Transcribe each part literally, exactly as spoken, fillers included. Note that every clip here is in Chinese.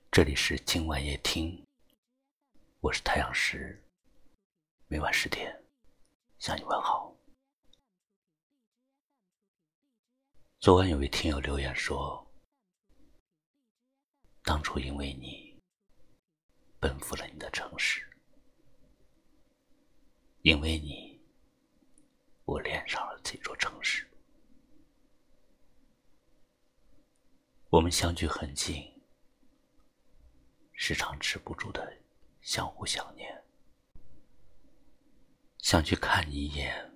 这里是今晚夜听，我是太阳石，每晚十点向你问好。昨晚有位听友留言说，当初因为你奔赴了你的城市，因为你我恋上了这座城市。我们相距很近，时常止不住的相互想念，想去看你一眼，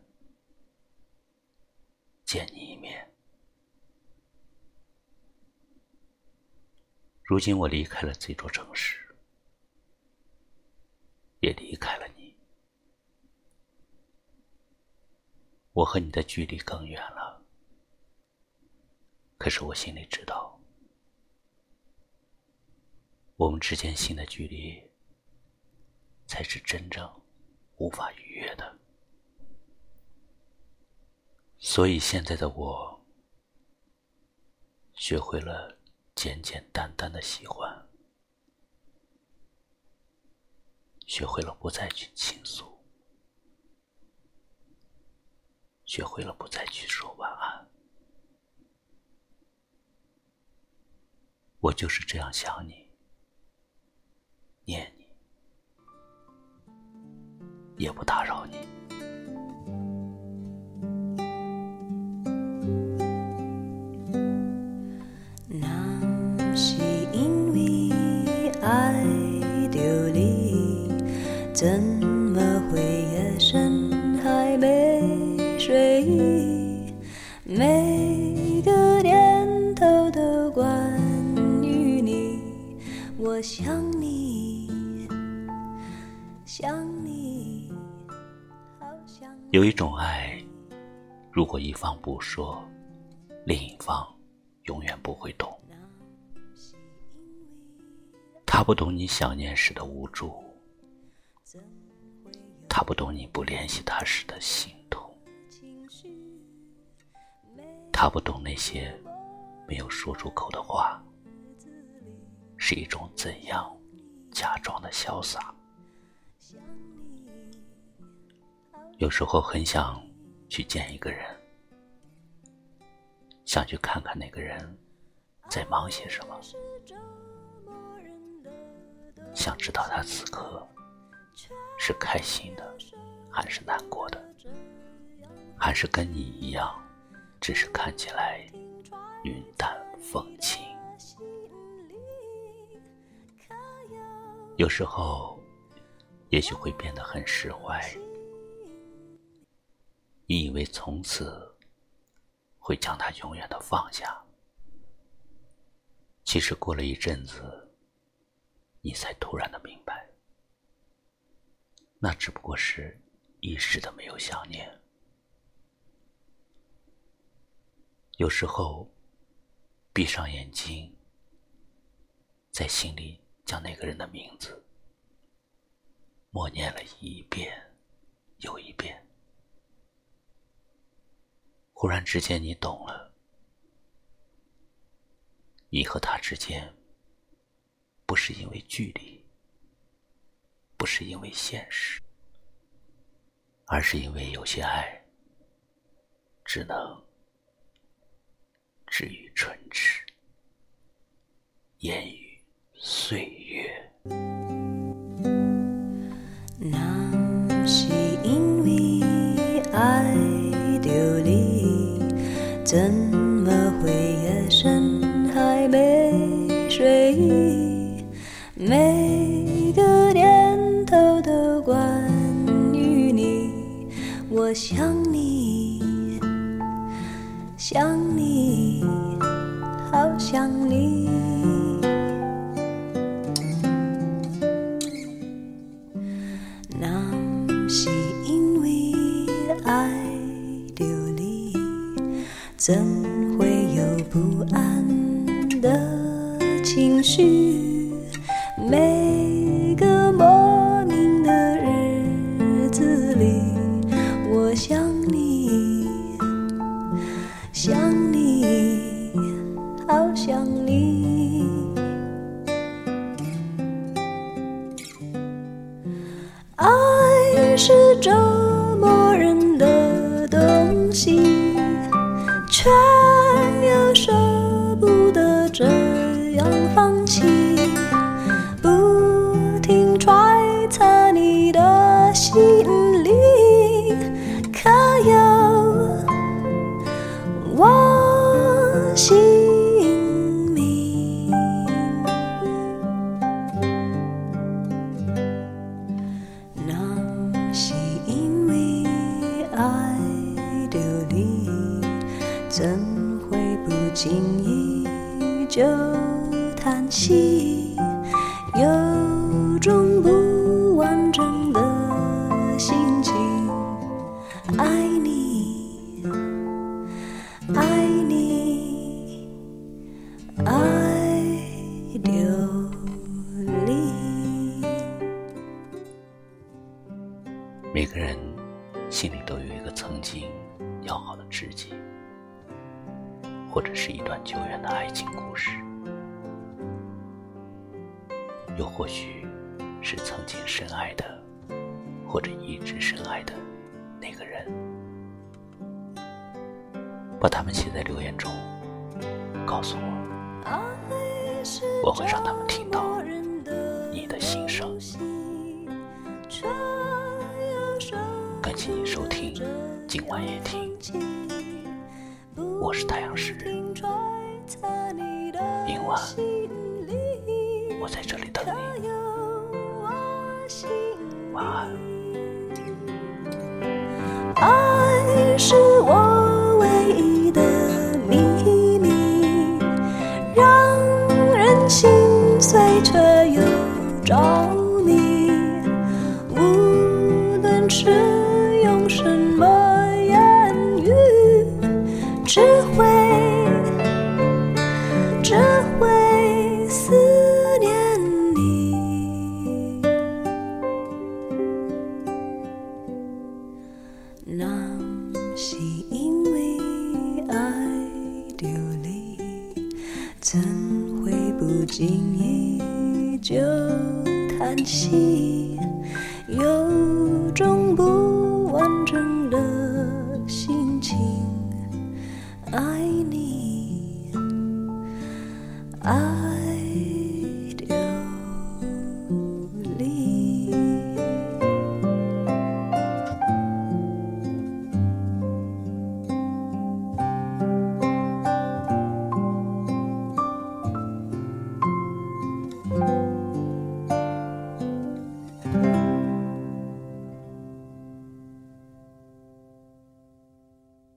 见你一面。如今我离开了这座城市，也离开了你，我和你的距离更远了。可是我心里知道，我们之间心的距离才是真正无法逾越的。所以现在的我学会了简简单单的喜欢，学会了不再去倾诉，学会了不再去说晚安。我就是这样想你，念你，也不打扰你。 那是因为爱着你，怎么会夜深还没睡意？每个念头都关于你，我想你，想你，好想你。 有一种爱，如果一方不说，另一方永远不会懂。他不懂你想念时的无助，他不懂你不联系他时的心痛，他不懂那些没有说出口的话是一种怎样假装的潇洒。有时候很想去见一个人，想去看看那个人在忙些什么，想知道他此刻是开心的还是难过的，还是跟你一样只是看起来云淡风轻。有时候也许会变得很释怀，你以为从此会将它永远的放下，其实过了一阵子，你才突然的明白，那只不过是一时的没有想念。有时候闭上眼睛，在心里将那个人的名字默念了一遍又一遍，忽然之间你懂了，你和他之间不是因为距离，不是因为现实，而是因为有些爱只能止于唇齿，言语岁月。 那是因为爱着你，怎么会夜深还没睡意？每个念头都关于你，我想你，想你，好想你。那是因为爱着你，怎会有不安的情绪？每个莫名的日子里，我想你，想你，好想你。 样放弃，不停揣测你的心里，可有我姓名？那是因为爱流离，怎会不经意就叹息，有种不完整的心情。爱你，爱你，爱流离。 每个人心里都有一个曾经要好的知己，或者是一段久远的爱情故事，又或许是曾经深爱的，或者一直深爱的那个人。把他们写在留言中告诉我，我会让他们听到你的心声。感谢你收听今晚夜听，我是太阳石，明晚我在这里等你，晚安。 爱是我唯一的秘密，让人心碎却又着迷，无论是用什么言语，只会只会思念你。那是因为爱流离，怎会不经意就叹息，有种不完整的心情。爱